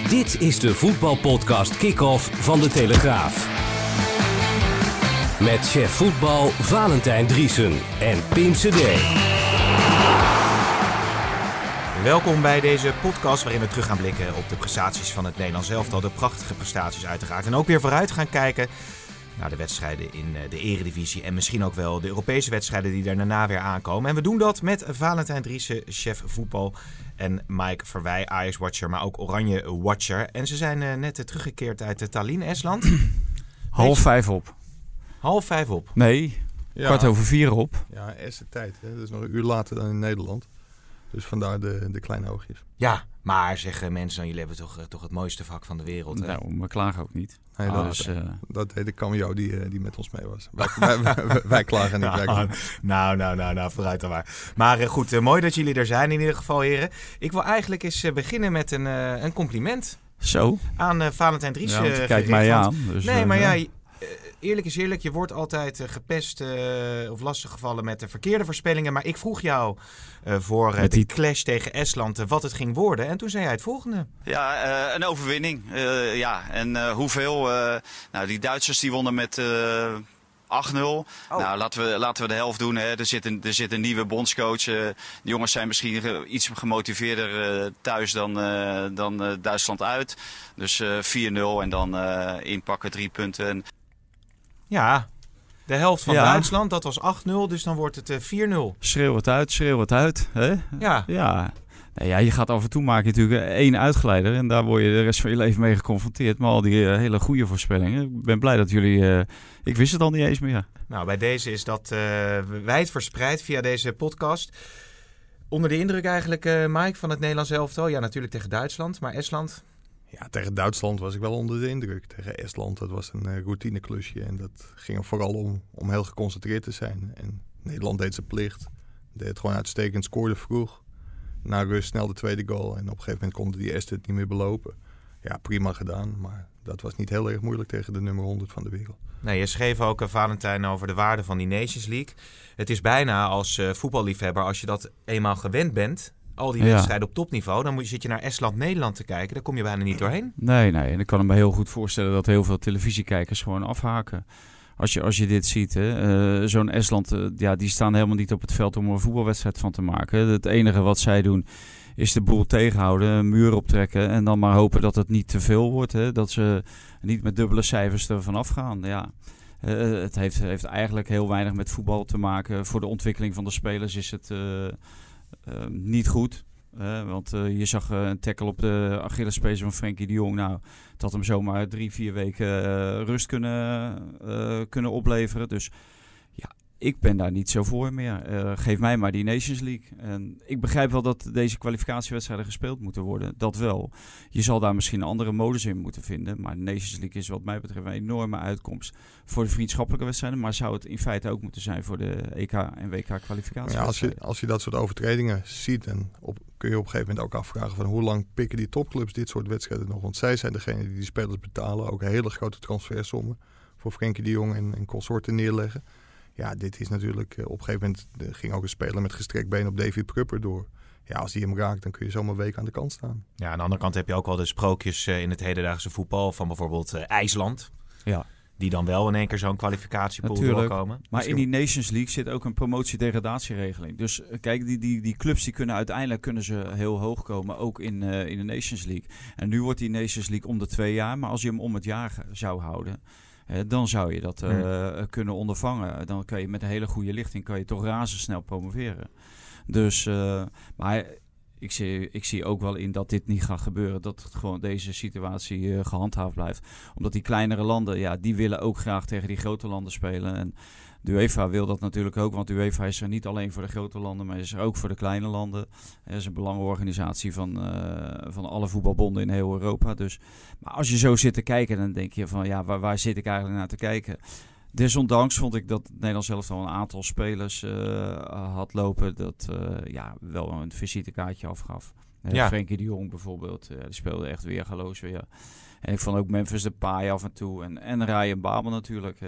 Dit is de voetbalpodcast Kick-Off van De Telegraaf. Met chef voetbal Valentijn Driessen en Pim Cedee. Welkom bij deze podcast waarin we terug gaan blikken op de prestaties van het Nederlands elftal. De prachtige prestaties uiteraard. En ook weer vooruit gaan kijken naar de wedstrijden in de Eredivisie. En misschien ook wel de Europese wedstrijden die daarna weer aankomen. En we doen dat met Valentijn Driessen, chef voetbal. En Mike Verwij, Ajax-watcher, maar ook Oranje-watcher. En ze zijn net teruggekeerd uit Tallinn, Estland. 4:30 op. 4:30 op? Nee, Ja. 4:15 op. Ja, eerste tijd. Hè? Dat is nog een uur later dan in Nederland. Dus vandaar de kleine oogjes. Ja, maar zeggen mensen, jullie hebben toch het mooiste vak van de wereld. Hè? Nou, we klagen ook niet. Nee, dat deed de cameo die met ons mee was. Wij klagen niet. Nou, vooruit dan maar. Maar goed, mooi dat jullie er zijn in ieder geval, heren. Ik wil eigenlijk eens beginnen met een compliment Zo? aan Valentijn Driessen. Ja, kijk mij aan. Dus, nee, maar ja, eerlijk is eerlijk, je wordt altijd gepest of lastiggevallen met de verkeerde voorspellingen. Maar ik vroeg jou voor de clash tegen Estland wat het ging worden. En toen zei hij het volgende. Ja, een overwinning. En hoeveel? Die Duitsers die wonnen met 8-0. Nou, laten we de helft doen. Hè. Er zit een nieuwe bondscoach. De jongens zijn misschien iets gemotiveerder thuis dan Duitsland uit. Dus 4-0 en dan inpakken 3 punten. Ja, de helft van Duitsland, dat was 8-0, dus dan wordt het 4-0. Schreeuw het uit. Hè? Ja. Ja. Nou ja, je gaat af en toe maken natuurlijk 1 uitgeleider en daar word je de rest van je leven mee geconfronteerd. Maar al die hele goede voorspellingen. Ik ben blij dat jullie... ik wist het al niet eens meer. Nou, bij deze is dat wijd verspreid via deze podcast. Onder de indruk eigenlijk, Mike, van het Nederlands elftal. Ja, natuurlijk tegen Duitsland, maar Estland... Ja, tegen Duitsland was ik wel onder de indruk. Tegen Estland, dat was een routineklusje. En dat ging er vooral om heel geconcentreerd te zijn. En Nederland deed zijn plicht. Deed het gewoon uitstekend, scoorde vroeg. Na rust snel de tweede goal. En op een gegeven moment konden die Esten het niet meer belopen. Ja, prima gedaan. Maar dat was niet heel erg moeilijk tegen de nummer 100 van de wereld. Nee, je schreef ook, Valentijn, over de waarde van die Nations League. Het is bijna als voetballiefhebber, als je dat eenmaal gewend bent... Al die wedstrijden op topniveau, dan zit je naar Estland-Nederland te kijken. Daar kom je bijna niet doorheen. Nee. En ik kan me heel goed voorstellen dat heel veel televisiekijkers gewoon afhaken. Als je dit ziet, hè. Zo'n Estland, die staan helemaal niet op het veld om een voetbalwedstrijd van te maken. Het enige wat zij doen is de boel tegenhouden, een muur optrekken en dan maar hopen dat het niet te veel wordt. Hè. Dat ze niet met dubbele cijfers ervan afgaan. Ja. Het heeft eigenlijk heel weinig met voetbal te maken. Voor de ontwikkeling van de spelers is het... niet goed, want je zag een tackle op de Achillespees van Frenkie de Jong. Nou, het had hem zomaar 3-4 weken rust kunnen opleveren. Dus ja, ik ben daar niet zo voor meer. Geef mij maar die Nations League. En ik begrijp wel dat deze kwalificatiewedstrijden gespeeld moeten worden. Dat wel. Je zal daar misschien een andere modus in moeten vinden. Maar de Nations League is wat mij betreft een enorme uitkomst voor de vriendschappelijke wedstrijden. Maar zou het in feite ook moeten zijn voor de EK en WK kwalificatiewedstrijden? Ja, als je dat soort overtredingen ziet, dan kun je op een gegeven moment ook afvragen van hoe lang pikken die topclubs dit soort wedstrijden nog. Want zij zijn degene die spelers betalen. Ook hele grote transfersommen voor Frenkie de Jong en consorten neerleggen. Ja, dit is natuurlijk... op een gegeven moment ging ook een speler met gestrekt been op David Prupper door. Ja, als die hem raakt, dan kun je zomaar een week aan de kant staan. Ja, aan de andere kant heb je ook wel de sprookjes in het hedendaagse voetbal van bijvoorbeeld IJsland. Ja. Die dan wel in één keer zo'n kwalificatiepool doorkomen. Maar in die Nations League zit ook een promotie-degradatieregeling. Dus kijk, die clubs die kunnen uiteindelijk heel hoog komen, ook in de Nations League. En nu wordt die Nations League om de 2 jaar, maar als je hem om het jaar zou houden... dan zou je dat kunnen ondervangen. Dan kan je met een hele goede lichting toch razendsnel promoveren. Dus, maar ik zie ook wel in dat dit niet gaat gebeuren. Dat het gewoon deze situatie gehandhaafd blijft. Omdat die kleinere landen, die willen ook graag tegen die grote landen spelen. En de UEFA wil dat natuurlijk ook, want de UEFA is er niet alleen voor de grote landen, maar is er ook voor de kleine landen. Er is een belangenorganisatie van alle voetbalbonden in heel Europa. Dus, maar als je zo zit te kijken, dan denk je van waar zit ik eigenlijk naar te kijken? Desondanks vond ik dat het Nederlands elftal een aantal spelers had lopen dat wel een visitekaartje afgaf. Frenkie de Jong bijvoorbeeld, die speelde echt weergaloos weer. En ik vond ook Memphis Depay af en toe en Ryan Babel natuurlijk.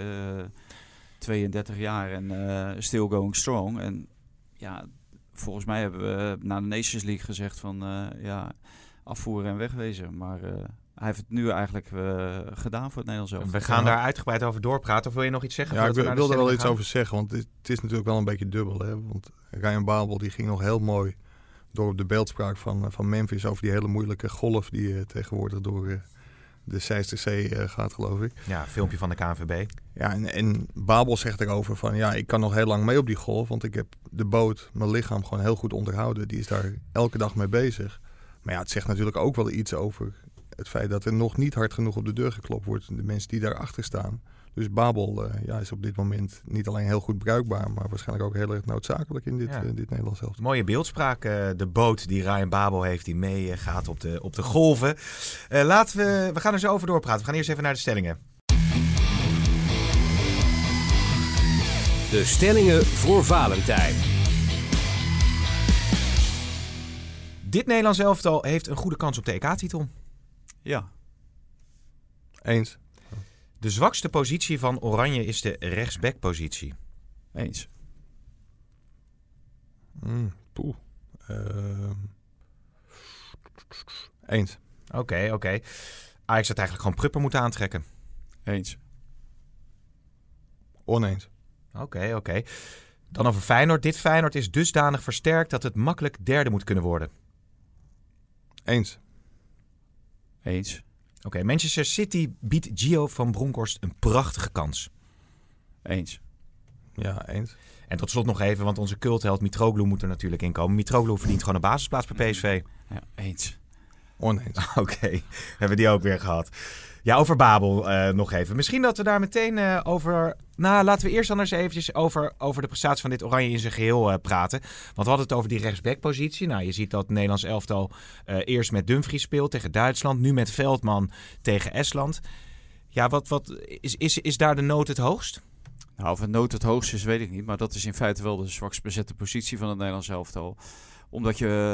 32 jaar en still going strong. En volgens mij hebben we na de Nations League gezegd van afvoeren en wegwezen. Maar hij heeft het nu eigenlijk gedaan voor het Nederlands elftal. We gaan daar uitgebreid over doorpraten. Of wil je nog iets zeggen? Ja, ik wil er wel stelling iets over zeggen. Want het is natuurlijk wel een beetje dubbel. Hè? Want Ryan Babel die ging nog heel mooi door op de beeldspraak van Memphis over die hele moeilijke golf die tegenwoordig door de Zeiste gaat, geloof ik. Ja, filmpje van de KNVB. Ja, en Babel zegt erover van ik kan nog heel lang mee op die golf, want ik heb de boot, mijn lichaam gewoon heel goed onderhouden. Die is daar elke dag mee bezig. Maar ja, het zegt natuurlijk ook wel iets over het feit dat er nog niet hard genoeg op de deur geklopt wordt. De mensen die daarachter staan. Dus Babel is op dit moment niet alleen heel goed bruikbaar, maar waarschijnlijk ook heel erg noodzakelijk in dit Nederlands elftal. Mooie beeldspraak. De boot die Ryan Babel heeft, die meegaat op de golven. We gaan er zo over doorpraten. We gaan eerst even naar de stellingen. De stellingen voor Valentijn. Dit Nederlands elftal heeft een goede kans op de EK-titel. Ja. Eens. De zwakste positie van Oranje is de rechtsbackpositie. Eens. Eens. Oké. Ajax had eigenlijk gewoon Prupper moeten aantrekken. Eens. Oneens. Oké. Dan over Feyenoord. Dit Feyenoord is dusdanig versterkt dat het makkelijk derde moet kunnen worden. Eens. Eens. Oké, Manchester City biedt Gio van Bronckhorst een prachtige kans. Eens. Ja, eens. En tot slot nog even, want onze cultheld Mitroglou moet er natuurlijk in komen. Mitroglou verdient gewoon een basisplaats bij PSV. Ja, eens. Oneens. Oké, hebben we die ook weer gehad. Ja, over Babel nog even. Misschien dat we daar meteen over... Nou, laten we eerst anders eventjes over de prestatie van dit Oranje in zijn geheel praten. Want we hadden het over die rechtsbackpositie. Nou, je ziet dat het Nederlands elftal eerst met Dumfries speelt tegen Duitsland. Nu met Veldman tegen Estland. Ja, wat is daar de nood het hoogst? Nou, of het nood het hoogst is, weet ik niet. Maar dat is in feite wel de zwakst bezette positie van het Nederlands elftal. Omdat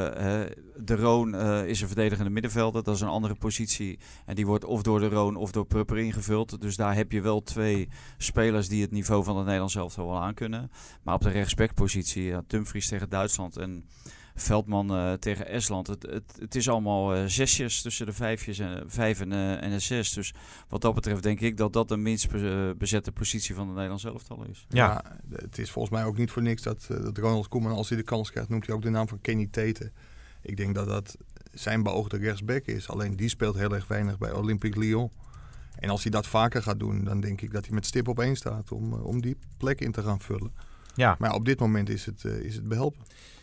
de Roon is een verdedigende middenvelder. Dat is een andere positie. En die wordt of door de Roon of door Prupper ingevuld. Dus daar heb je wel twee spelers die het niveau van het Nederlands elftal wel aankunnen. Maar op de rechtsbackpositie, Dumfries tegen Duitsland en Veldman tegen Estland. Het is allemaal zesjes tussen de vijf en de 6. Dus wat dat betreft denk ik dat dat de minst bezette positie van het Nederlands elftal is. Ja, het is volgens mij ook niet voor niks dat Ronald Koeman, als hij de kans krijgt, noemt hij ook de naam van Kenny Tete. Ik denk dat dat zijn beoogde rechtsback is. Alleen die speelt heel erg weinig bij Olympique Lyon. En als hij dat vaker gaat doen, dan denk ik dat hij met stip op 1 staat om die plek in te gaan vullen. Ja. Maar op dit moment is het behelpen.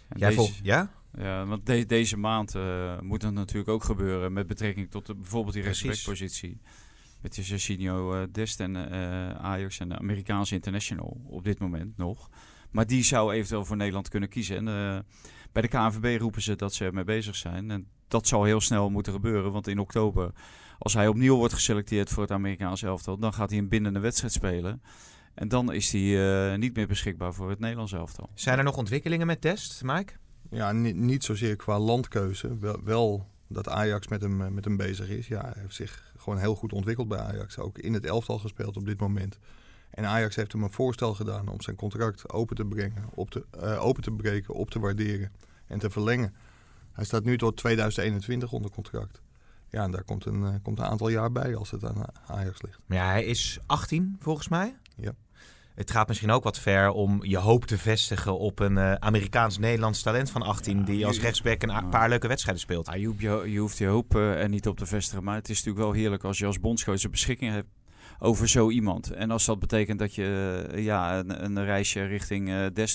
Ja? Ja, want deze maand moet het natuurlijk ook gebeuren met betrekking tot bijvoorbeeld die rechtsbackpositie. Met de Jorginho Dest en Ajax en de Amerikaanse international op dit moment nog. Maar die zou eventueel voor Nederland kunnen kiezen. En bij de KNVB roepen ze dat ze ermee bezig zijn. En dat zal heel snel moeten gebeuren, want in oktober, als hij opnieuw wordt geselecteerd voor het Amerikaanse elftal, dan gaat hij een bindende wedstrijd spelen. En dan is hij niet meer beschikbaar voor het Nederlands elftal. Zijn er nog ontwikkelingen met Dest, Mike? Ja, niet zozeer qua landkeuze. Wel dat Ajax met hem bezig is. Ja, hij heeft zich gewoon heel goed ontwikkeld bij Ajax. Ook in het elftal gespeeld op dit moment. En Ajax heeft hem een voorstel gedaan om zijn contract open te brengen, open te breken, op te waarderen en te verlengen. Hij staat nu tot 2021 onder contract. Ja, en daar komt een aantal jaar bij als het aan Ajax ligt. Maar ja, hij is 18 volgens mij. Ja. Het gaat misschien ook wat ver om je hoop te vestigen op een Amerikaans-Nederlands talent van 18... die als rechtsback een paar leuke wedstrijden speelt. Je hoeft je hoop er niet op te vestigen. Maar het is natuurlijk wel heerlijk als je als bondscoach een beschikking hebt over zo iemand. En als dat betekent dat je een reisje richting Dest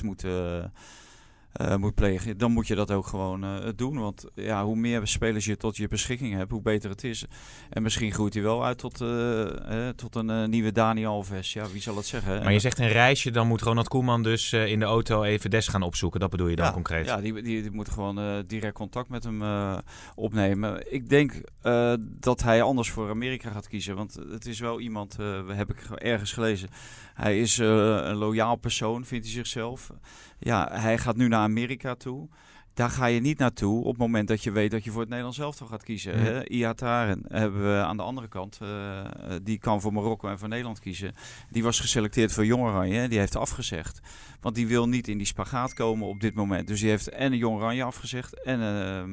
moet plegen, dan moet je dat ook gewoon doen. Want ja, hoe meer spelers je tot je beschikking hebt, hoe beter het is. En misschien groeit hij wel uit tot een nieuwe Dani Alves. Ja, wie zal het zeggen? Maar je zegt een reisje, dan moet Ronald Koeman dus in de auto even Dest gaan opzoeken. Dat bedoel je dan concreet? Ja, die moet gewoon direct contact met hem opnemen. Ik denk dat hij anders voor Amerika gaat kiezen. Want het is wel iemand, heb ik ergens gelezen. Hij is een loyaal persoon, vindt hij zichzelf. Ja, hij gaat nu naar Amerika toe. Daar ga je niet naartoe op het moment dat je weet dat je voor het Nederlands elftal gaat kiezen. Ja. Ihataren hebben we aan de andere kant. Die kan voor Marokko en voor Nederland kiezen. Die was geselecteerd voor Jong Oranje. Die heeft afgezegd. Want die wil niet in die spagaat komen op dit moment. Dus die heeft en Jong Oranje afgezegd en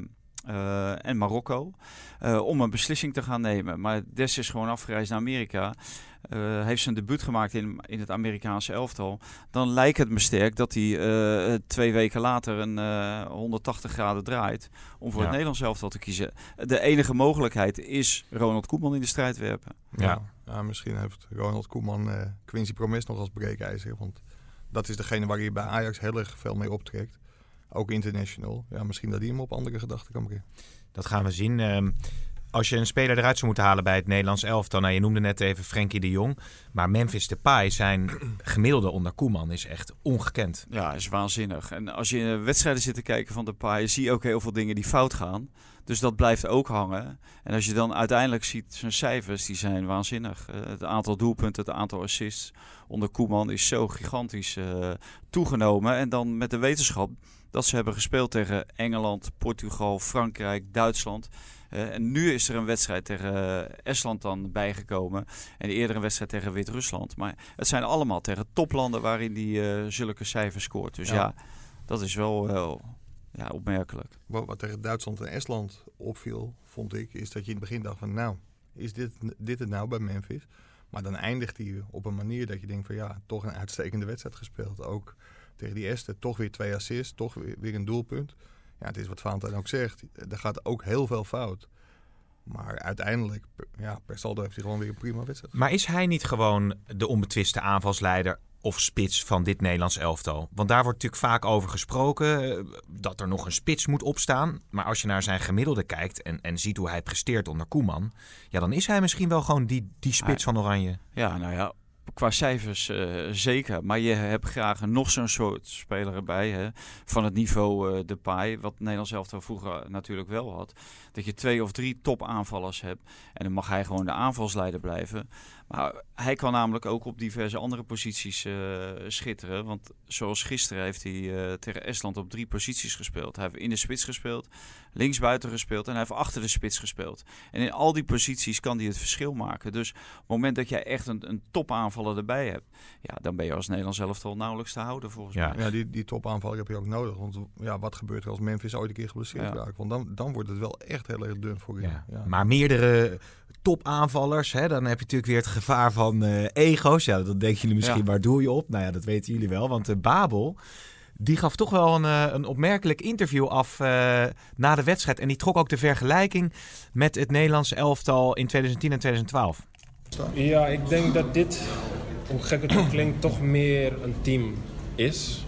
en Marokko. Om een beslissing te gaan nemen. Maar Des is gewoon afgereisd naar Amerika. Heeft zijn debuut gemaakt in het Amerikaanse elftal. Dan lijkt het me sterk dat hij 2 weken later een 180 graden draait. Om voor het Nederlands elftal te kiezen. De enige mogelijkheid is Ronald Koeman in de strijd werpen. Ja, misschien heeft Ronald Koeman Quincy Promes nog als breekijzer. Want dat is degene waar hij bij Ajax heel erg veel mee optrekt. Ook international. Ja, misschien dat hij hem op andere gedachten kan brengen. Dat gaan we zien. Als je een speler eruit zou moeten halen bij het Nederlands elftal. Nou, je noemde net even Frenkie de Jong. Maar Memphis Depay, zijn gemiddelde onder Koeman is echt ongekend. Ja, is waanzinnig. En als je in wedstrijden zit te kijken van Depay, zie je ook heel veel dingen die fout gaan. Dus dat blijft ook hangen. En als je dan uiteindelijk ziet, zijn cijfers, die zijn waanzinnig. Het aantal doelpunten, het aantal assists onder Koeman is zo gigantisch toegenomen. En dan met de wetenschap dat ze hebben gespeeld tegen Engeland, Portugal, Frankrijk, Duitsland. En nu is er een wedstrijd tegen Estland dan bijgekomen. En eerder een wedstrijd tegen Wit-Rusland. Maar het zijn allemaal tegen toplanden waarin die zulke cijfers scoort. Dus ja dat is wel opmerkelijk. Wat tegen Duitsland en Estland opviel, vond ik, is dat je in het begin dacht van, nou, is dit het nou bij Memphis? Maar dan eindigt hij op een manier dat je denkt van, ja, toch een uitstekende wedstrijd gespeeld. Ook tegen die Esten, toch weer 2 assists, toch weer een doelpunt. Ja, het is wat Valentijn ook zegt. Er gaat ook heel veel fout. Maar uiteindelijk, per saldo heeft hij gewoon weer een prima wedstrijd. Maar is hij niet gewoon de onbetwiste aanvalsleider of spits van dit Nederlands elftal? Want daar wordt natuurlijk vaak over gesproken dat er nog een spits moet opstaan. Maar als je naar zijn gemiddelde kijkt en ziet hoe hij presteert onder Koeman, ja, dan is hij misschien wel gewoon die spits van Oranje. Ja, nou ja. Qua cijfers zeker, maar je hebt graag nog zo'n soort speler erbij. Hè, van het niveau Depay, wat Nederlands elftal vroeger natuurlijk wel had. Dat je 2 of 3 topaanvallers hebt en dan mag hij gewoon de aanvalsleider blijven. Maar hij kan namelijk ook op diverse andere posities schitteren. Want zoals gisteren heeft hij tegen Estland op 3 posities gespeeld. Hij heeft in de spits gespeeld, linksbuiten gespeeld en hij heeft achter de spits gespeeld. En in al die posities kan hij het verschil maken. Dus op het moment dat jij echt een topaanvaller erbij hebt, ja, dan ben je als Nederlands elftal nauwelijks te houden volgens mij. Ja, die topaanvaller heb je ook nodig. Want ja, wat gebeurt er als Memphis ooit een keer geblesseerd raakt? Want dan wordt het wel echt heel erg dun voor je. Ja. Maar meerdere topaanvallers, hè, dan heb je natuurlijk weer het gevaar van ego's. Ja, dan denken jullie misschien, waar doe je op? Nou ja, dat weten jullie wel. Want Babel, die gaf toch wel een opmerkelijk interview af na de wedstrijd. En die trok ook de vergelijking met het Nederlands elftal in 2010 en 2012. Ja, ik denk dat dit, hoe gek het ook klinkt, toch meer een team is.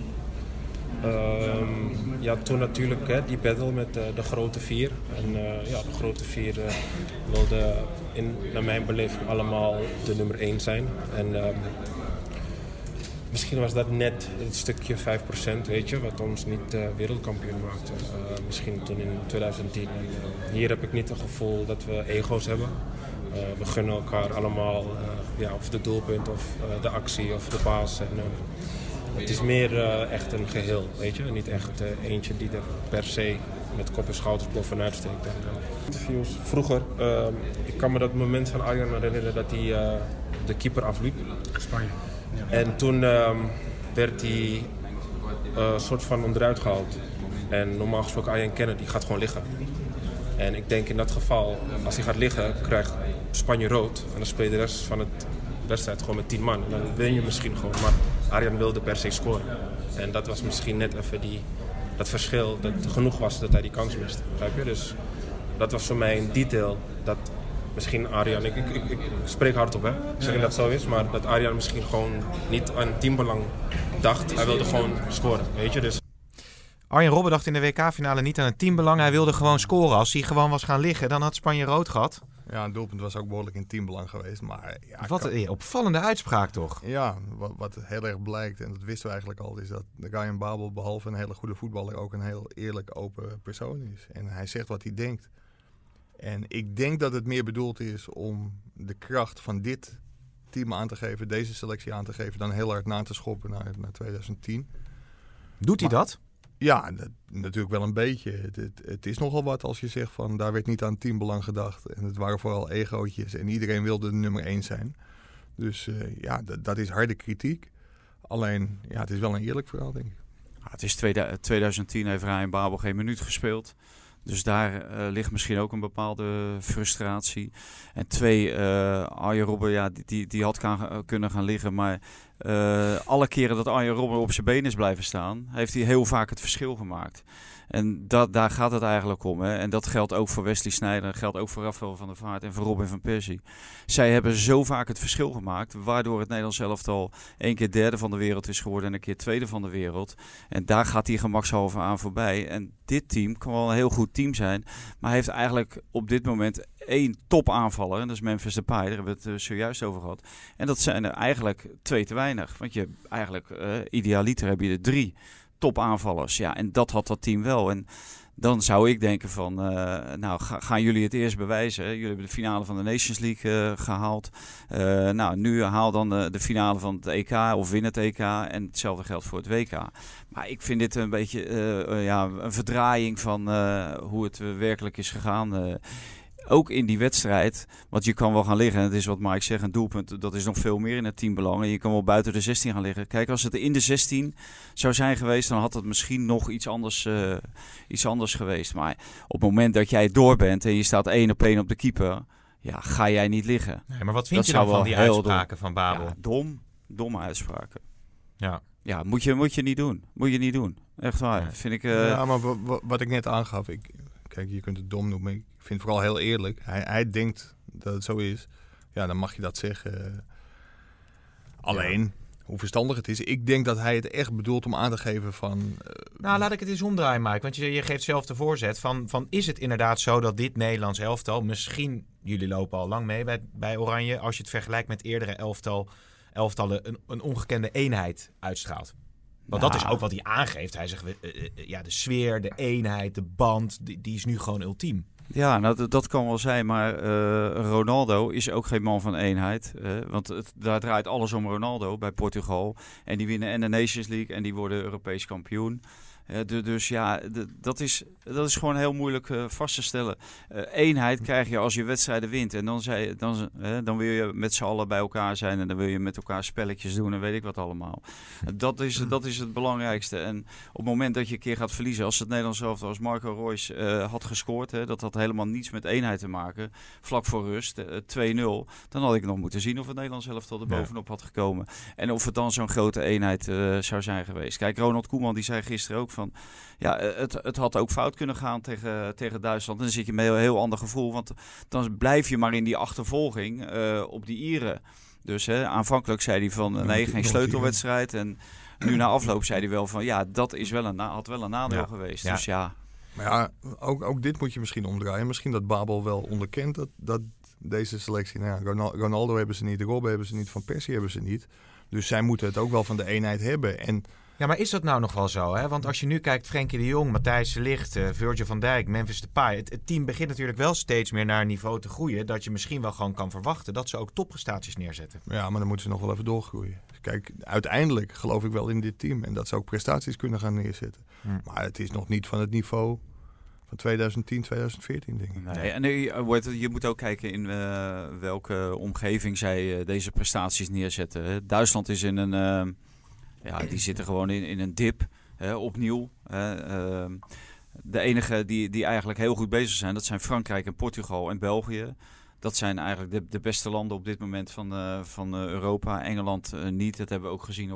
Toen natuurlijk die battle met de grote 4. En de grote 4 wilden naar mijn beleving allemaal de nummer 1 zijn. En misschien was dat net het stukje 5%, weet je, wat ons niet wereldkampioen maakte. Misschien toen in 2010. En, hier heb ik niet het gevoel dat we ego's hebben. We gunnen elkaar allemaal of de doelpunt of de actie of de paas. En, het is meer echt een geheel, weet je. Niet echt eentje die er per se met kop en schouders bovenuit steekt. Interviews vroeger, ik kan me dat moment van Arjan herinneren dat hij de keeper afliep. Spanje. Ja. En toen werd hij soort van onderuit gehaald. En normaal gesproken Arjan kennen, die gaat gewoon liggen. En ik denk in dat geval, als hij gaat liggen, krijgt Spanje rood. En dan speel je de rest van het wedstrijd gewoon met 10 man. En dan win je misschien gewoon, maar Arjan wilde per se scoren. En dat was misschien net even dat verschil dat genoeg was dat hij die kans miste. Begrijp je? Dus dat was voor mij een detail dat misschien Arjan, ik spreek hardop hè, ik zeg niet dat het zo is, maar dat Arjan misschien gewoon niet aan teambelang dacht. Hij wilde gewoon scoren, weet je. Dus Arjen Robben dacht in de WK-finale niet aan het teambelang. Hij wilde gewoon scoren. Als hij gewoon was gaan liggen, dan had Spanje rood gehad. Ja, een doelpunt was ook behoorlijk in teambelang geweest. Maar ja, wat een opvallende uitspraak toch? Ja, wat heel erg blijkt, en dat wisten we eigenlijk al, is dat Ryan Babel behalve een hele goede voetballer ook een heel eerlijk, open persoon is. En hij zegt wat hij denkt. En ik denk dat het meer bedoeld is om de kracht van dit team aan te geven, deze selectie aan te geven, dan heel hard na te schoppen naar 2010. Doet hij dat? Ja, natuurlijk wel een beetje. Het is nogal wat als je zegt van daar werd niet aan teambelang gedacht. En het waren vooral egootjes en iedereen wilde de nummer 1 zijn. Dus dat is harde kritiek. Alleen, ja, het is wel een eerlijk verhaal, denk ik. Ja, het is 2010, heeft Ryan Babel geen minuut gespeeld. Dus daar ligt misschien ook een bepaalde frustratie. En 2, Arjen Robben, die had kunnen gaan liggen. Maar alle keren dat Arjen Robben op zijn benen is blijven staan, heeft hij heel vaak het verschil gemaakt. En daar gaat het eigenlijk om. Hè? En dat geldt ook voor Wesley Sneijder, geldt ook voor Rafael van der Vaart en voor Robin van Persie. Zij hebben zo vaak het verschil gemaakt, waardoor het Nederlands elftal 1 keer derde van de wereld is geworden en 1 keer tweede van de wereld. En daar gaat hij gemakshalve aan voorbij. En dit team kan wel een heel goed team zijn, maar heeft eigenlijk op dit moment 1 topaanvaller. En dat is Memphis Depay, daar hebben we het zojuist over gehad. En dat zijn er eigenlijk 2 te weinig. Want je eigenlijk idealiter heb je er 3 topaanvallers. Ja, en dat had dat team wel. En dan zou ik denken van, gaan jullie het eerst bewijzen? Hè? Jullie hebben de finale van de Nations League gehaald. Nu haal dan de finale van het EK of win het EK. En hetzelfde geldt voor het WK. Maar ik vind dit een beetje een verdraaiing van hoe het werkelijk is gegaan. Ook in die wedstrijd, want je kan wel gaan liggen. Het is wat Mike zegt, een doelpunt, dat is nog veel meer in het teambelang. En je kan wel buiten de 16 gaan liggen. Kijk, als het in de 16 zou zijn geweest, dan had het misschien nog iets anders geweest. Maar op het moment dat jij door bent en je staat 1 op 1 op de keeper, ja, ga jij niet liggen. Nee, maar wat vind je dan van die uitspraken van Babel? Ja, domme uitspraken. Ja. Ja, moet je niet doen. Moet je niet doen. Echt waar. Nee. Vind ik. Ja, maar wat ik net aangaf, kijk, je kunt het dom noemen. Ik vind het vooral heel eerlijk. Hij denkt dat het zo is. Ja, dan mag je dat zeggen. Alleen, hoe verstandig het is. Ik denk dat hij het echt bedoelt om aan te geven van... laat ik het eens omdraaien, Mike. Want je geeft zelf de voorzet van is het inderdaad zo dat dit Nederlands elftal... Misschien, jullie lopen al lang mee bij Oranje... als je het vergelijkt met eerdere elftallen een ongekende eenheid uitstraalt. Want dat is ook wat hij aangeeft. Hij zegt, de sfeer, de eenheid, de band, die is nu gewoon ultiem. Ja, nou, dat kan wel zijn, maar Ronaldo is ook geen man van eenheid. Want daar draait alles om Ronaldo bij Portugal. En die winnen en de Nations League en die worden Europees kampioen. Dus ja, dat is gewoon heel moeilijk vast te stellen. Eenheid krijg je als je wedstrijden wint. En dan wil je met z'n allen bij elkaar zijn. En dan wil je met elkaar spelletjes doen en weet ik wat allemaal. Dat is het belangrijkste. En op het moment dat je een keer gaat verliezen. Als het Nederlands elftal als Marco Reus had gescoord. Dat had helemaal niets met eenheid te maken. Vlak voor rust, 2-0. Dan had ik nog moeten zien of het Nederlands elftal er bovenop had gekomen. En of het dan zo'n grote eenheid zou zijn geweest. Kijk, Ronald Koeman die zei gisteren ook van... Ja, het had ook fout kunnen gaan tegen Duitsland. En dan zit je met een heel ander gevoel. Want dan blijf je maar in die achtervolging op die Ieren. Dus aanvankelijk zei hij van nee, geen sleutelwedstrijd. En nu na afloop zei hij wel van ja, dat is had wel een nadeel geweest. Ja. Dus ja. Maar ja, ook dit moet je misschien omdraaien. Misschien dat Babel wel onderkent dat deze selectie... Ronaldo hebben ze niet, Robben hebben ze niet, Van Persie hebben ze niet. Dus zij moeten het ook wel van de eenheid hebben. En... Ja, maar is dat nou nog wel zo? Hè? Want als je nu kijkt, Frenkie de Jong, Matthijs de Ligt, Virgil van Dijk, Memphis Depay. Het team begint natuurlijk wel steeds meer naar een niveau te groeien... dat je misschien wel gewoon kan verwachten dat ze ook topprestaties neerzetten. Ja, maar dan moeten ze nog wel even doorgroeien. Kijk, uiteindelijk geloof ik wel in dit team. En dat ze ook prestaties kunnen gaan neerzetten. Maar het is nog niet van het niveau... van 2010, 2014, denk ik. Nee, en je moet ook kijken in welke omgeving zij deze prestaties neerzetten. Duitsland is in een... die zitten gewoon in een dip, opnieuw. De enige die eigenlijk heel goed bezig zijn, dat zijn Frankrijk en Portugal en België. Dat zijn eigenlijk de beste landen op dit moment van Europa. Engeland niet, dat hebben we ook gezien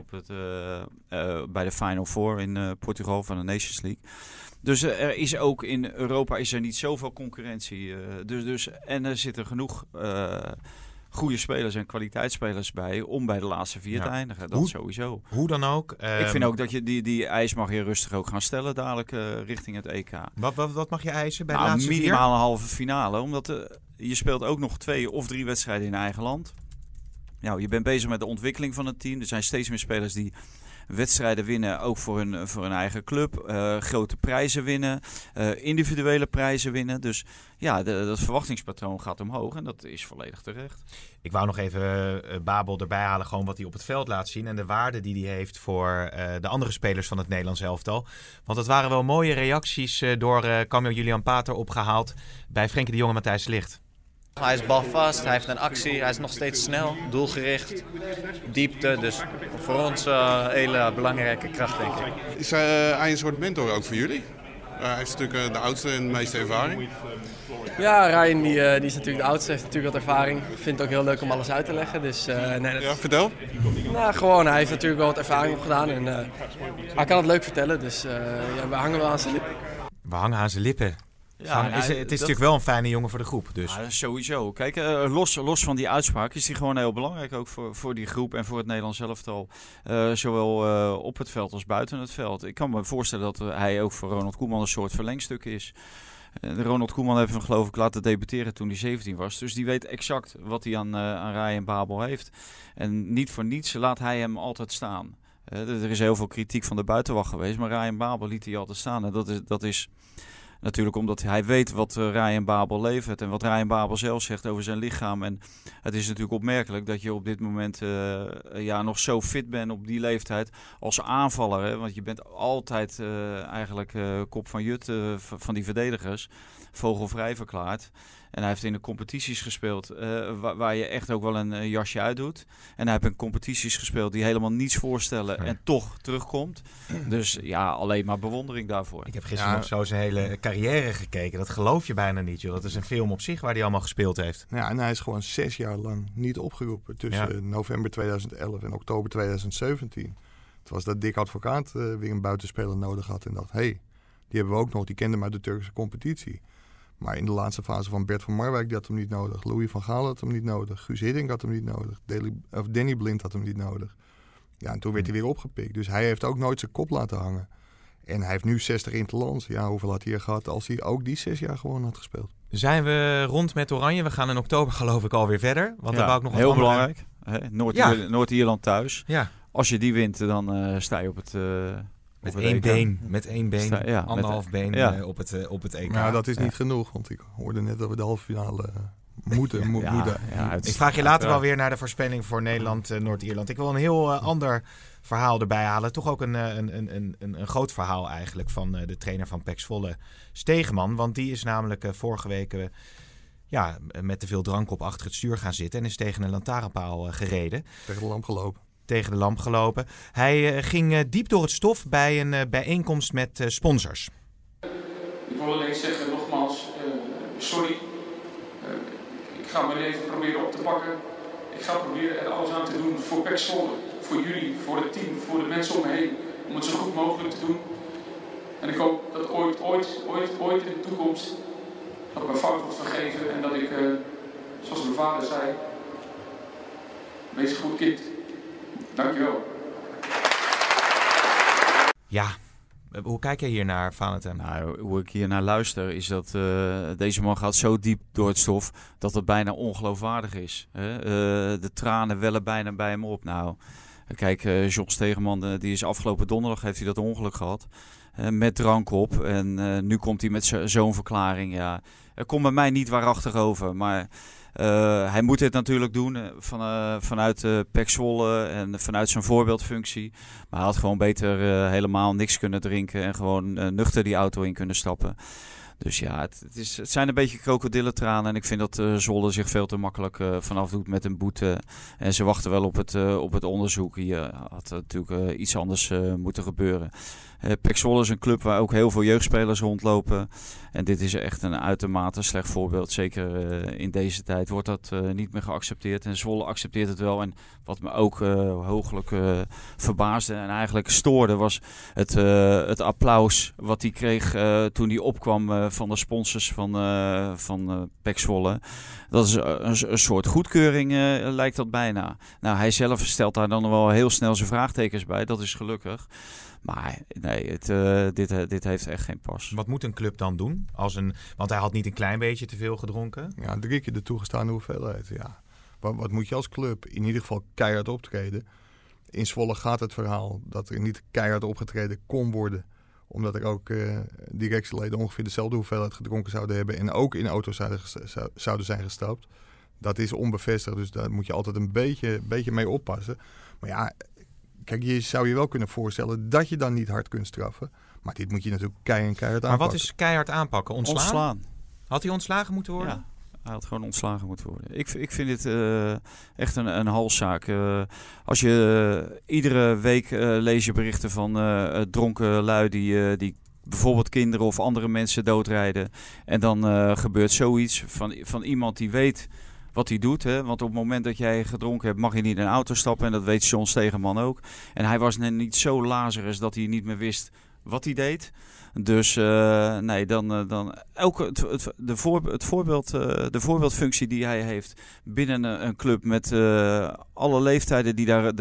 bij de Final Four in Portugal van de Nations League. Dus er is ook in Europa niet zoveel concurrentie. En er zitten genoeg... goede spelers en kwaliteitsspelers bij om bij de laatste 4 te eindigen. Dat sowieso. Hoe dan ook. Ik vind ook dat je die eis mag je rustig ook gaan stellen dadelijk richting het EK. Wat mag je eisen bij de laatste 4? Minimaal een halve finale. Omdat je speelt ook nog 2 of 3 wedstrijden in eigen land. Nou, je bent bezig met de ontwikkeling van het team. Er zijn steeds meer spelers die wedstrijden winnen, ook voor hun eigen club. Grote prijzen winnen, individuele prijzen winnen. Dus ja, dat verwachtingspatroon gaat omhoog en dat is volledig terecht. Ik wou nog even Babel erbij halen, gewoon wat hij op het veld laat zien. En de waarde die hij heeft voor de andere spelers van het Nederlands elftal. Want het waren wel mooie reacties door Camille Julian Pater opgehaald bij Frenkie de Jong en Matthijs de Ligt. Hij is balvast, hij heeft een actie, hij is nog steeds snel, doelgericht, diepte. Dus voor ons een hele belangrijke kracht, denk ik. Is hij een soort mentor ook voor jullie? Hij is natuurlijk de oudste en de meeste ervaring. Ja, Ryan die is natuurlijk de oudste, heeft natuurlijk wat ervaring. Ik vind het ook heel leuk om alles uit te leggen. Dus, Ja, vertel. Nou, gewoon, hij heeft natuurlijk wel wat ervaring opgedaan en hij kan het leuk vertellen. Dus we hangen wel aan zijn lippen. We hangen aan zijn lippen. Ja, het is natuurlijk wel een fijne jongen voor de groep. Dus. Ja, sowieso. Kijk, los van die uitspraak is hij gewoon heel belangrijk. Ook voor die groep en voor het Nederlands elftal. Zowel op het veld als buiten het veld. Ik kan me voorstellen dat hij ook voor Ronald Koeman een soort verlengstuk is. Ronald Koeman heeft hem geloof ik laten debuteren toen hij 17 was. Dus die weet exact wat hij aan Ryan Babel heeft. En niet voor niets laat hij hem altijd staan. Er is heel veel kritiek van de buitenwacht geweest. Maar Ryan Babel liet hij altijd staan. En dat is natuurlijk omdat hij weet wat Ryan Babel levert en wat Ryan Babel zelf zegt over zijn lichaam. En het is natuurlijk opmerkelijk dat je op dit moment nog zo fit bent op die leeftijd als aanvaller. Hè? Want je bent altijd eigenlijk kop van jut van die verdedigers, vogelvrij verklaard. En hij heeft in de competities gespeeld waar je echt ook wel een jasje uit doet. En hij heeft in competities gespeeld die helemaal niets voorstellen en toch terugkomt. Dus ja, alleen maar bewondering daarvoor. Ik heb gisteren nog zo zijn hele carrière gekeken. Dat geloof je bijna niet, joh. Dat is een film op zich waar hij allemaal gespeeld heeft. Ja, en hij is gewoon 6 jaar lang niet opgeroepen. Tussen november 2011 en oktober 2017. Het was dat Dick Advocaat weer een buitenspeler nodig had. En dacht, die hebben we ook nog. Die kende hem uit de Turkse competitie. Maar in de laatste fase van Bert van Marwijk, die had hem niet nodig. Louis van Gaal had hem niet nodig. Guus Hiddink had hem niet nodig. Danny Blind had hem niet nodig. Ja, en toen werd hij weer opgepikt. Dus hij heeft ook nooit zijn kop laten hangen. En hij heeft nu 60 interlands. Ja, hoeveel had hij er gehad als hij ook die 6 jaar gewoon had gespeeld? Zijn we rond met Oranje? We gaan in oktober geloof ik alweer verder. Want dan wou ik nog heel belangrijk. Noord-Ierland thuis. Ja. Als je die wint, dan sta je op het... Met één been, anderhalf been op het EK. Maar dat is niet genoeg, want ik hoorde net dat we de halve finale moeten. Ik vraag je later wel weer naar de voorspelling voor Nederland-Noord-Ierland. Ik wil een heel ander verhaal erbij halen. Toch ook een groot verhaal eigenlijk van de trainer van PEC Zwolle, Stegeman. Want die is namelijk vorige week met te veel drank op achter het stuur gaan zitten en is tegen een lantaarnpaal gereden. Tegen de lamp gelopen. Hij ging diep door het stof bij een bijeenkomst met sponsors. Ik wil alleen zeggen nogmaals, sorry. Ik ga mijn leven proberen op te pakken. Ik ga proberen er alles aan te doen voor PEC Zwolle, voor jullie, voor het team, voor de mensen om me heen. Om het zo goed mogelijk te doen. En ik hoop dat ooit in de toekomst dat mijn fout wordt vergeven en dat ik, zoals mijn vader zei, wees een goed kind. Dankjewel. Ja, hoe kijk jij hier naar, Valentijn? Nou, hoe ik hier naar luister is dat deze man gaat zo diep door het stof dat het bijna ongeloofwaardig is. De tranen wellen bijna bij hem op. Nou, kijk, John Stegeman, die is afgelopen donderdag heeft hij dat ongeluk gehad. Met drank op. En nu komt hij met zo'n verklaring. Ja, er komt bij mij niet waarachtig over, maar... hij moet dit natuurlijk doen vanuit PEC Zwolle en vanuit zijn voorbeeldfunctie. Maar hij had gewoon beter helemaal niks kunnen drinken en gewoon nuchter die auto in kunnen stappen. Dus ja, het zijn een beetje krokodillentranen. En ik vind dat Zwolle zich veel te makkelijk vanaf doet met een boete. En ze wachten wel op het onderzoek. Hier had natuurlijk iets anders moeten gebeuren. PEC Zwolle is een club waar ook heel veel jeugdspelers rondlopen. En dit is echt een uitermate slecht voorbeeld. Zeker in deze tijd wordt dat niet meer geaccepteerd. En Zwolle accepteert het wel. En wat me ook hooglijk verbaasde en eigenlijk stoorde... was het applaus wat hij kreeg toen hij opkwam van de sponsors van PEC Zwolle. Dat is een soort goedkeuring, lijkt dat bijna. Nou, hij zelf stelt daar dan wel heel snel zijn vraagtekens bij. Dat is gelukkig. Maar nee, dit heeft echt geen pas. Wat moet een club dan doen? Want hij had niet een klein beetje te veel gedronken? Ja, 3 keer de toegestane hoeveelheid. Ja. Wat moet je als club? In ieder geval keihard optreden. In Zwolle gaat het verhaal dat er niet keihard opgetreden kon worden. Omdat er ook directieleden ongeveer dezelfde hoeveelheid gedronken zouden hebben. En ook in auto's zouden zijn gestapt. Dat is onbevestigd, dus daar moet je altijd een beetje mee oppassen. Maar ja... Kijk, je zou je wel kunnen voorstellen dat je dan niet hard kunt straffen. Maar dit moet je natuurlijk keihard aanpakken. Maar wat is keihard aanpakken? Ontslaan? Had hij ontslagen moeten worden? Ja, hij had gewoon ontslagen moeten worden. Ik vind dit echt een halszaak. Als je iedere week lees je berichten van dronken lui die bijvoorbeeld kinderen of andere mensen doodrijden. En dan gebeurt zoiets van iemand die weet wat hij doet. Hè? Want op het moment dat jij gedronken hebt, mag je niet in een auto stappen. En dat weet John Stegeman ook. En hij was net niet zo lazarus dat hij niet meer wist wat hij deed. Dus de voorbeeldfunctie die hij heeft binnen een club met alle leeftijden die daar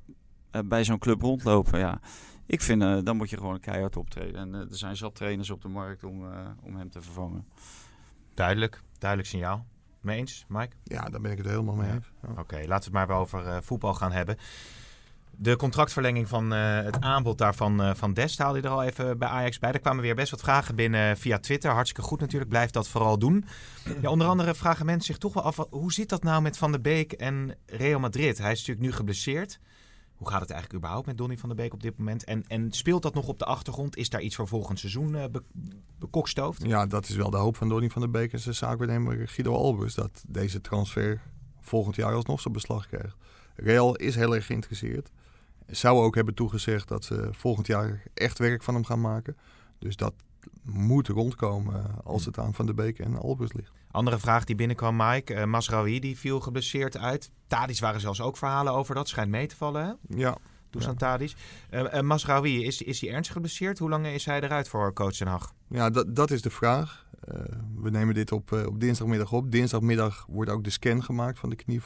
bij zo'n club rondlopen. Ja. Ik vind, dan moet je gewoon keihard optreden. En er zijn zat trainers op de markt om hem te vervangen. Duidelijk signaal. Mee eens, Mike? Ja, daar ben ik het helemaal mee eens. Ja. Oké, laten we het maar weer over voetbal gaan hebben. De contractverlenging van het aanbod daarvan van Dest haalde je er al even bij Ajax bij. Er kwamen weer best wat vragen binnen via Twitter. Hartstikke goed natuurlijk, blijf dat vooral doen. Ja, onder andere vragen mensen zich toch wel af, hoe zit dat nou met Van der Beek en Real Madrid? Hij is natuurlijk nu geblesseerd. Hoe gaat het eigenlijk überhaupt met Donny van der Beek op dit moment? En speelt dat nog op de achtergrond? Is daar iets voor volgend seizoen bekokstoofd? Ja, dat is wel de hoop van Donny van der Beek en zijn zaakwaarnemer Guido Albers. Dat deze transfer volgend jaar alsnog zijn beslag krijgt. Real is heel erg geïnteresseerd. Zou ook hebben toegezegd dat ze volgend jaar echt werk van hem gaan maken. Dus dat moet rondkomen als het aan Van der Beek en Albers ligt. Andere vraag die binnenkwam, Mike. Mazraoui die viel geblesseerd uit. Tadic waren zelfs ook verhalen over dat. Schijnt mee te vallen, hè? Ja. Dusan Tadic. Mazraoui, is hij ernstig geblesseerd? Hoe lang is hij eruit voor coach Den Haag? Ja, dat is de vraag. We nemen dit op dinsdagmiddag op. Dinsdagmiddag wordt ook de scan gemaakt van de knie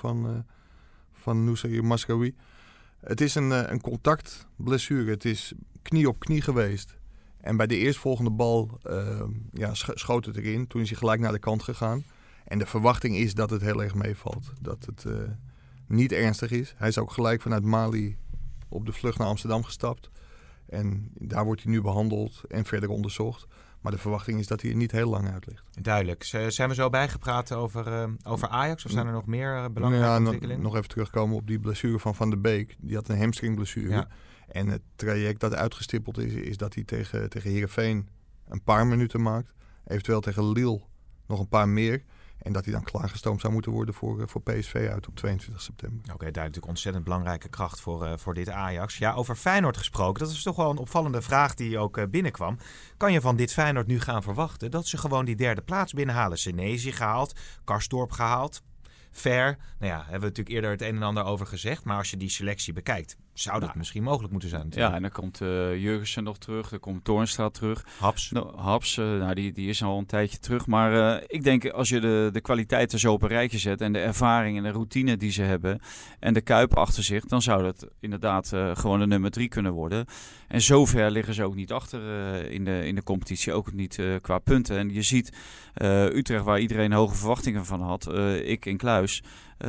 van Noussair Mazraoui. Het is een contactblessure. Het is knie op knie geweest. En bij de eerstvolgende bal schoot het erin. Toen is hij gelijk naar de kant gegaan. En de verwachting is dat het heel erg meevalt. Dat het niet ernstig is. Hij is ook gelijk vanuit Mali op de vlucht naar Amsterdam gestapt. En daar wordt hij nu behandeld en verder onderzocht. Maar de verwachting is dat hij er niet heel lang uit ligt. Duidelijk. Zijn we zo bijgepraat over Ajax? Of zijn er nog meer belangrijke ontwikkelingen? Nog even terugkomen op die blessure van Van der Beek. Die had een hamstringblessure. Ja. En het traject dat uitgestippeld is dat hij tegen Heerenveen een paar minuten maakt. Eventueel tegen Lille nog een paar meer. En dat hij dan klaargestoomd zou moeten worden voor PSV uit op 22 september. Oké, daar natuurlijk ontzettend belangrijke kracht voor dit Ajax. Ja, over Feyenoord gesproken. Dat is toch wel een opvallende vraag die ook binnenkwam. Kan je van dit Feyenoord nu gaan verwachten dat ze gewoon die derde plaats binnenhalen? Senesi gehaald, Karsdorp gehaald. Ver, nou ja, hebben we natuurlijk eerder het een en ander over gezegd. Maar als je die selectie bekijkt, zou dat misschien mogelijk moeten zijn. Ja, en dan komt Jurgensen nog terug. Dan komt Toornstra terug. Haps, die is al een tijdje terug. Maar ik denk als je de kwaliteiten zo op een rijtje zet en de ervaring en de routine die ze hebben en de Kuip achter zich, dan zou dat inderdaad gewoon de nummer 3 kunnen worden. En zover liggen ze ook niet achter in de competitie, ook niet qua punten. En je ziet Utrecht, waar iedereen hoge verwachtingen van had, ik in Kluis,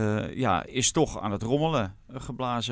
is toch aan het rommelen geblazen.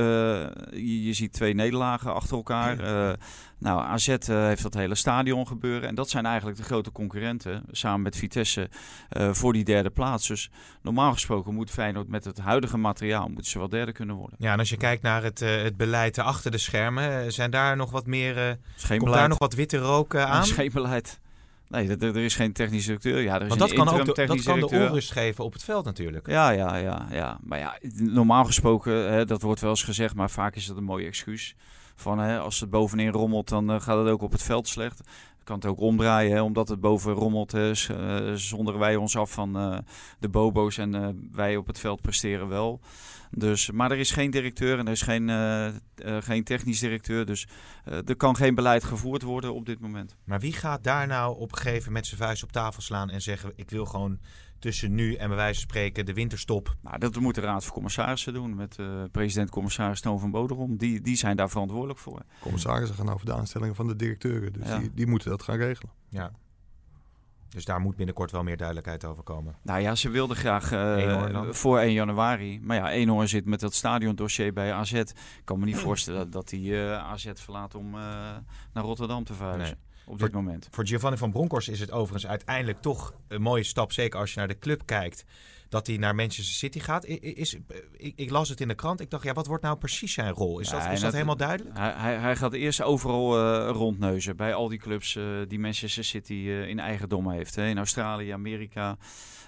Je ziet 2 nederlagen achter elkaar. AZ heeft dat hele stadion gebeuren. En dat zijn eigenlijk de grote concurrenten, samen met Vitesse, voor die derde plaats. Dus normaal gesproken moet Feyenoord met het huidige materiaal moeten ze wel derde kunnen worden. Ja, en als je kijkt naar het beleid achter de schermen, zijn daar nog wat meer... Geen komt daar nog wat witte rook aan? Er is geen beleid. Nee, er is geen technisch directeur. Ja, er is want dat kan ook dat kan de onrust geven op het veld natuurlijk. Ja. Maar ja, normaal gesproken, dat wordt wel eens gezegd, maar vaak is dat een mooi excuus. Van als het bovenin rommelt, dan gaat het ook op het veld slecht. Kan het ook omdraaien, omdat het boven rommelt. Zonderen wij ons af van de bobo's en wij op het veld presteren wel. Dus, maar er is geen directeur en er is geen technisch directeur. Dus er kan geen beleid gevoerd worden op dit moment. Maar wie gaat daar nou op een gegeven moment met zijn vuist op tafel slaan en zeggen: ik wil gewoon tussen nu en bij wijze van spreken de winterstop? Nou, dat moet de Raad van Commissarissen doen met president-commissaris Toon van Boderom. Die zijn daar verantwoordelijk voor. Commissarissen gaan over de aanstellingen van de directeuren. Dus die moeten dat gaan regelen. Ja. Dus daar moet binnenkort wel meer duidelijkheid over komen. Nou ja, ze wilden graag voor 1 januari. Maar ja, Eenhoorn zit met dat stadiondossier bij AZ. Ik kan me niet voorstellen dat hij AZ verlaat om naar Rotterdam te verhuizen. Nee. Op dit moment. Voor Giovanni van Bronckhorst is het overigens uiteindelijk toch een mooie stap. Zeker als je naar de club kijkt. dat hij naar Manchester City gaat. Ik las het in de krant. Ik dacht, wat wordt nou precies zijn rol? Is dat helemaal duidelijk? Hij gaat eerst overal rondneuzen bij al die clubs die Manchester City in eigendom heeft. Hè. In Australië, Amerika,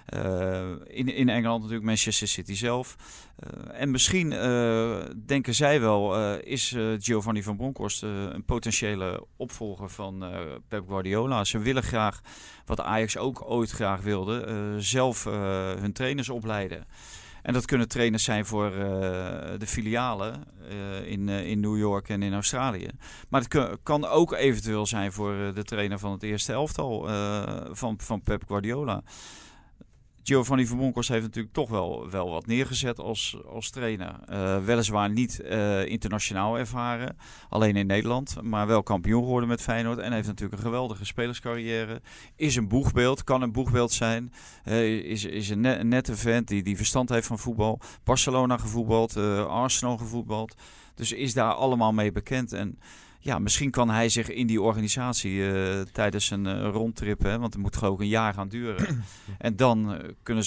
in Engeland natuurlijk Manchester City zelf. En misschien denken zij wel, is Giovanni van Bronckhorst een potentiële opvolger van Pep Guardiola. Ze willen graag, wat Ajax ook ooit graag wilde, zelf hun trainers opleiden. En dat kunnen trainers zijn voor de filialen in New York en in Australië. Maar het kan ook eventueel zijn voor de trainer van het eerste elftal van Pep Guardiola. Giovanni van Bronckhorst heeft natuurlijk toch wel wat neergezet als trainer. Weliswaar niet internationaal ervaren, alleen in Nederland. Maar wel kampioen geworden met Feyenoord. En heeft natuurlijk een geweldige spelerscarrière. Is een boegbeeld, kan een boegbeeld zijn. Is een nette vent die verstand heeft van voetbal. Barcelona gevoetbald, Arsenal gevoetbald. Dus is daar allemaal mee bekend. En ja, misschien kan hij zich in die organisatie tijdens een rondtrip, want het moet gewoon ook een jaar gaan duren. En dan kunnen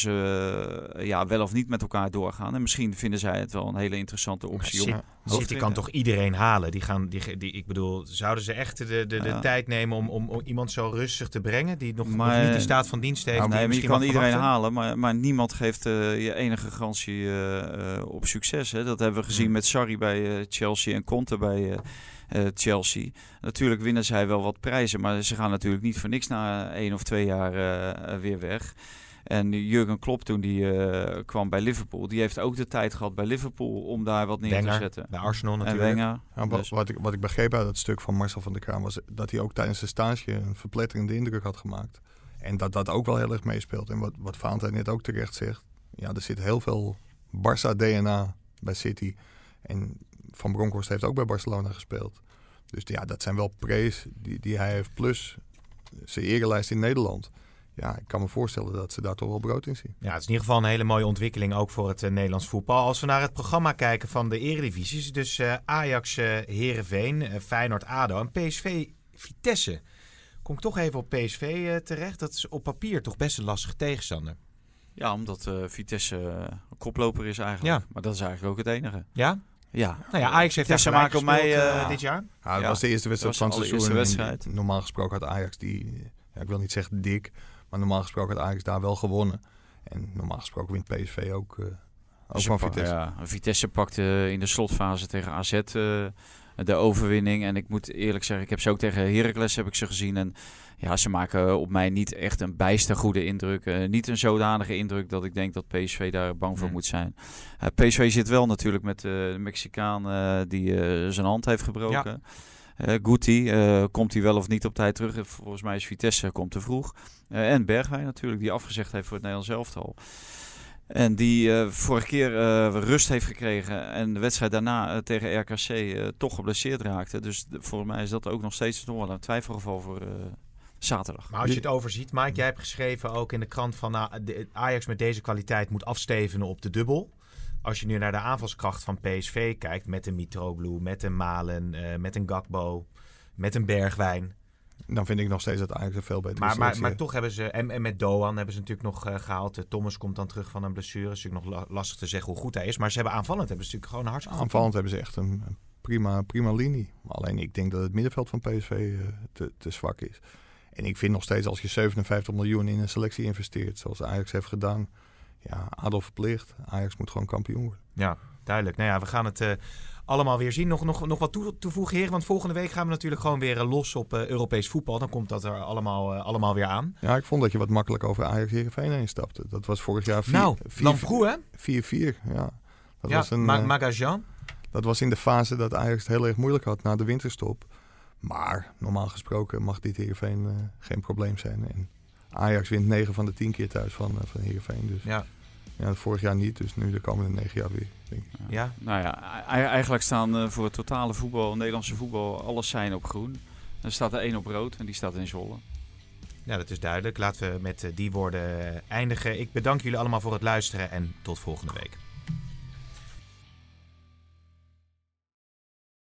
ze wel of niet met elkaar doorgaan. En misschien vinden zij het wel een hele interessante optie. City kan toch iedereen halen? Ik bedoel, zouden ze echt de tijd nemen om iemand zo rustig te brengen die nog niet in staat van dienst heeft? Nee, maar je kan iedereen halen, maar niemand geeft je enige garantie op succes. Hè? Dat hebben we gezien met Sarri bij Chelsea en Conte bij Chelsea. Natuurlijk winnen zij wel wat prijzen, maar ze gaan natuurlijk niet voor niks na 1 of 2 jaar weer weg. En Jurgen Klopp, toen die kwam bij Liverpool, die heeft ook de tijd gehad bij Liverpool om daar wat neer te zetten. Bij Arsenal natuurlijk. En Wenger. Wat ik begreep uit het stuk van Marcel van der Kraan was dat hij ook tijdens de stage een verpletterende indruk had gemaakt. En dat ook wel heel erg meespeelt. En wat Valentijn net ook terecht zegt, er zit heel veel Barça-DNA bij City. En Van Bronckhorst heeft ook bij Barcelona gespeeld. Dus dat zijn wel praise die hij heeft. Plus zijn erelijst in Nederland. Ja, ik kan me voorstellen dat ze daar toch wel brood in zien. Ja, het is in ieder geval een hele mooie ontwikkeling ook voor het Nederlands voetbal. Als we naar het programma kijken van de Eredivisies. Dus Ajax, Heerenveen, Feyenoord, ADO en PSV, Vitesse. Kom ik toch even op PSV terecht. Dat is op papier toch best een lastige tegenstander. Ja, omdat Vitesse een koploper is eigenlijk. Ja. Maar dat is eigenlijk ook het enige. Ja? Ja. Nou ja, Ajax heeft daar maken op mij dit jaar. Ja, dat was de eerste wedstrijd van het seizoen. Normaal gesproken had Ajax ik wil niet zeggen dik, maar normaal gesproken had Ajax daar wel gewonnen. En normaal gesproken wint PSV ook van Vitesse. Ja, Vitesse pakte in de slotfase tegen AZ de overwinning. En ik moet eerlijk zeggen, ik heb ze ook tegen Heracles gezien. En ja, ze maken op mij niet echt een bijster goede indruk. Niet een zodanige indruk dat ik denk dat PSV daar bang voor moet zijn. PSV zit wel natuurlijk met de Mexicaan die zijn hand heeft gebroken. Ja. Guti, komt hij wel of niet op tijd terug? Volgens mij is Vitesse komt te vroeg. En Bergwijn natuurlijk, die afgezegd heeft voor het Nederlands elftal. En die vorige keer rust heeft gekregen en de wedstrijd daarna tegen RKC toch geblesseerd raakte. Dus volgens mij is dat ook nog steeds nog wel een twijfelgeval voor zaterdag. Maar als je het overziet, Mike, jij hebt geschreven ook in de krant van Ajax met deze kwaliteit moet afstevenen op de dubbel. Als je nu naar de aanvalskracht van PSV kijkt, met een Mitroglou, met een Malen, met een Gakpo, met een Bergwijn. Dan vind ik nog steeds dat Ajax er veel beter is. Maar toch hebben ze, en met Doan hebben ze natuurlijk nog gehaald. Thomas komt dan terug van een blessure. Het is natuurlijk nog lastig te zeggen hoe goed hij is. Maar ze hebben aanvallend natuurlijk gewoon een hartstikke aanvallend hebben ze echt een prima linie. Maar alleen ik denk dat het middenveld van PSV te zwak is. En ik vind nog steeds als je 57 miljoen in een selectie investeert, zoals Ajax heeft gedaan, Adolf verplicht. Ajax moet gewoon kampioen worden. Ja, duidelijk. Nou ja, we gaan het allemaal weer zien. Nog wat toevoegen, heren? Want volgende week gaan we natuurlijk gewoon weer los op Europees voetbal. Dan komt dat er allemaal weer aan. Ja, ik vond dat je wat makkelijk over Ajax Heerenveen heen stapte. Dat was vorig jaar 4-4. Lamproe, hè? 4-4, ja. Dat was een Magajan. Dat was in de fase dat Ajax het heel erg moeilijk had na de winterstop. Maar normaal gesproken mag dit Heerenveen geen probleem zijn. En Ajax wint 9 van de 10 keer thuis van Heerenveen. Dus ja, vorig jaar niet, dus nu de komende 9 jaar weer. Denk ik. Ja. Nou ja, eigenlijk staan voor het totale voetbal, Nederlandse voetbal, alles zijn op groen. Er staat er 1 op rood en die staat in Zwolle. Ja, dat is duidelijk. Laten we met die woorden eindigen. Ik bedank jullie allemaal voor het luisteren en tot volgende week.